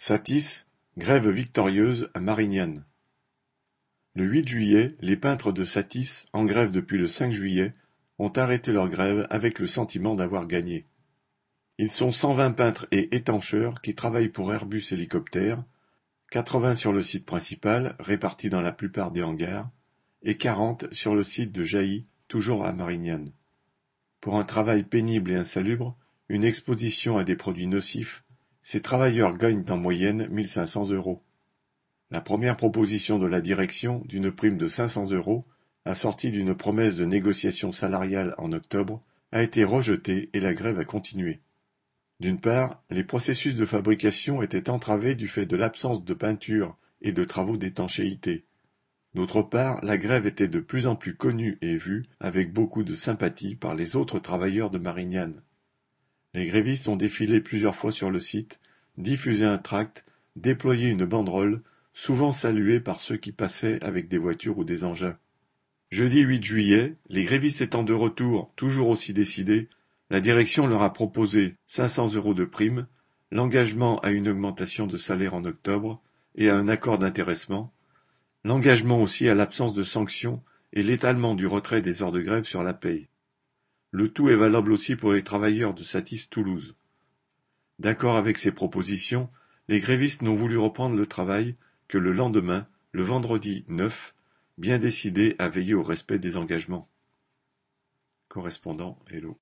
Satis, grève victorieuse à Marignane. Le 8 juillet, les peintres de Satis, en grève depuis le 5 juillet, ont arrêté leur grève avec le sentiment d'avoir gagné. Ils sont 120 peintres et étancheurs qui travaillent pour Airbus Hélicoptères, 80 sur le site principal, répartis dans la plupart des hangars, et 40 sur le site de Jailly, toujours à Marignane. Pour un travail pénible et insalubre, une exposition à des produits nocifs, ces travailleurs gagnent en moyenne 1 500 €. La première proposition de la direction, d'une prime de 500 €, assortie d'une promesse de négociation salariale en octobre, a été rejetée et la grève a continué. D'une part, les processus de fabrication étaient entravés du fait de l'absence de peinture et de travaux d'étanchéité. D'autre part, la grève était de plus en plus connue et vue avec beaucoup de sympathie par les autres travailleurs de Marignane. Les grévistes ont défilé plusieurs fois sur le site, diffusé un tract, déployé une banderole, souvent saluée par ceux qui passaient avec des voitures ou des engins. Jeudi 8 juillet, les grévistes étant de retour, toujours aussi décidés, la direction leur a proposé 500 € de prime, l'engagement à une augmentation de salaire en octobre et à un accord d'intéressement, l'engagement aussi à l'absence de sanctions et l'étalement du retrait des heures de grève sur la paye. Le tout est valable aussi pour les travailleurs de Satis Toulouse. D'accord avec ces propositions, les grévistes n'ont voulu reprendre le travail que le lendemain, le vendredi 9, bien décidés à veiller au respect des engagements. Correspondant Hello.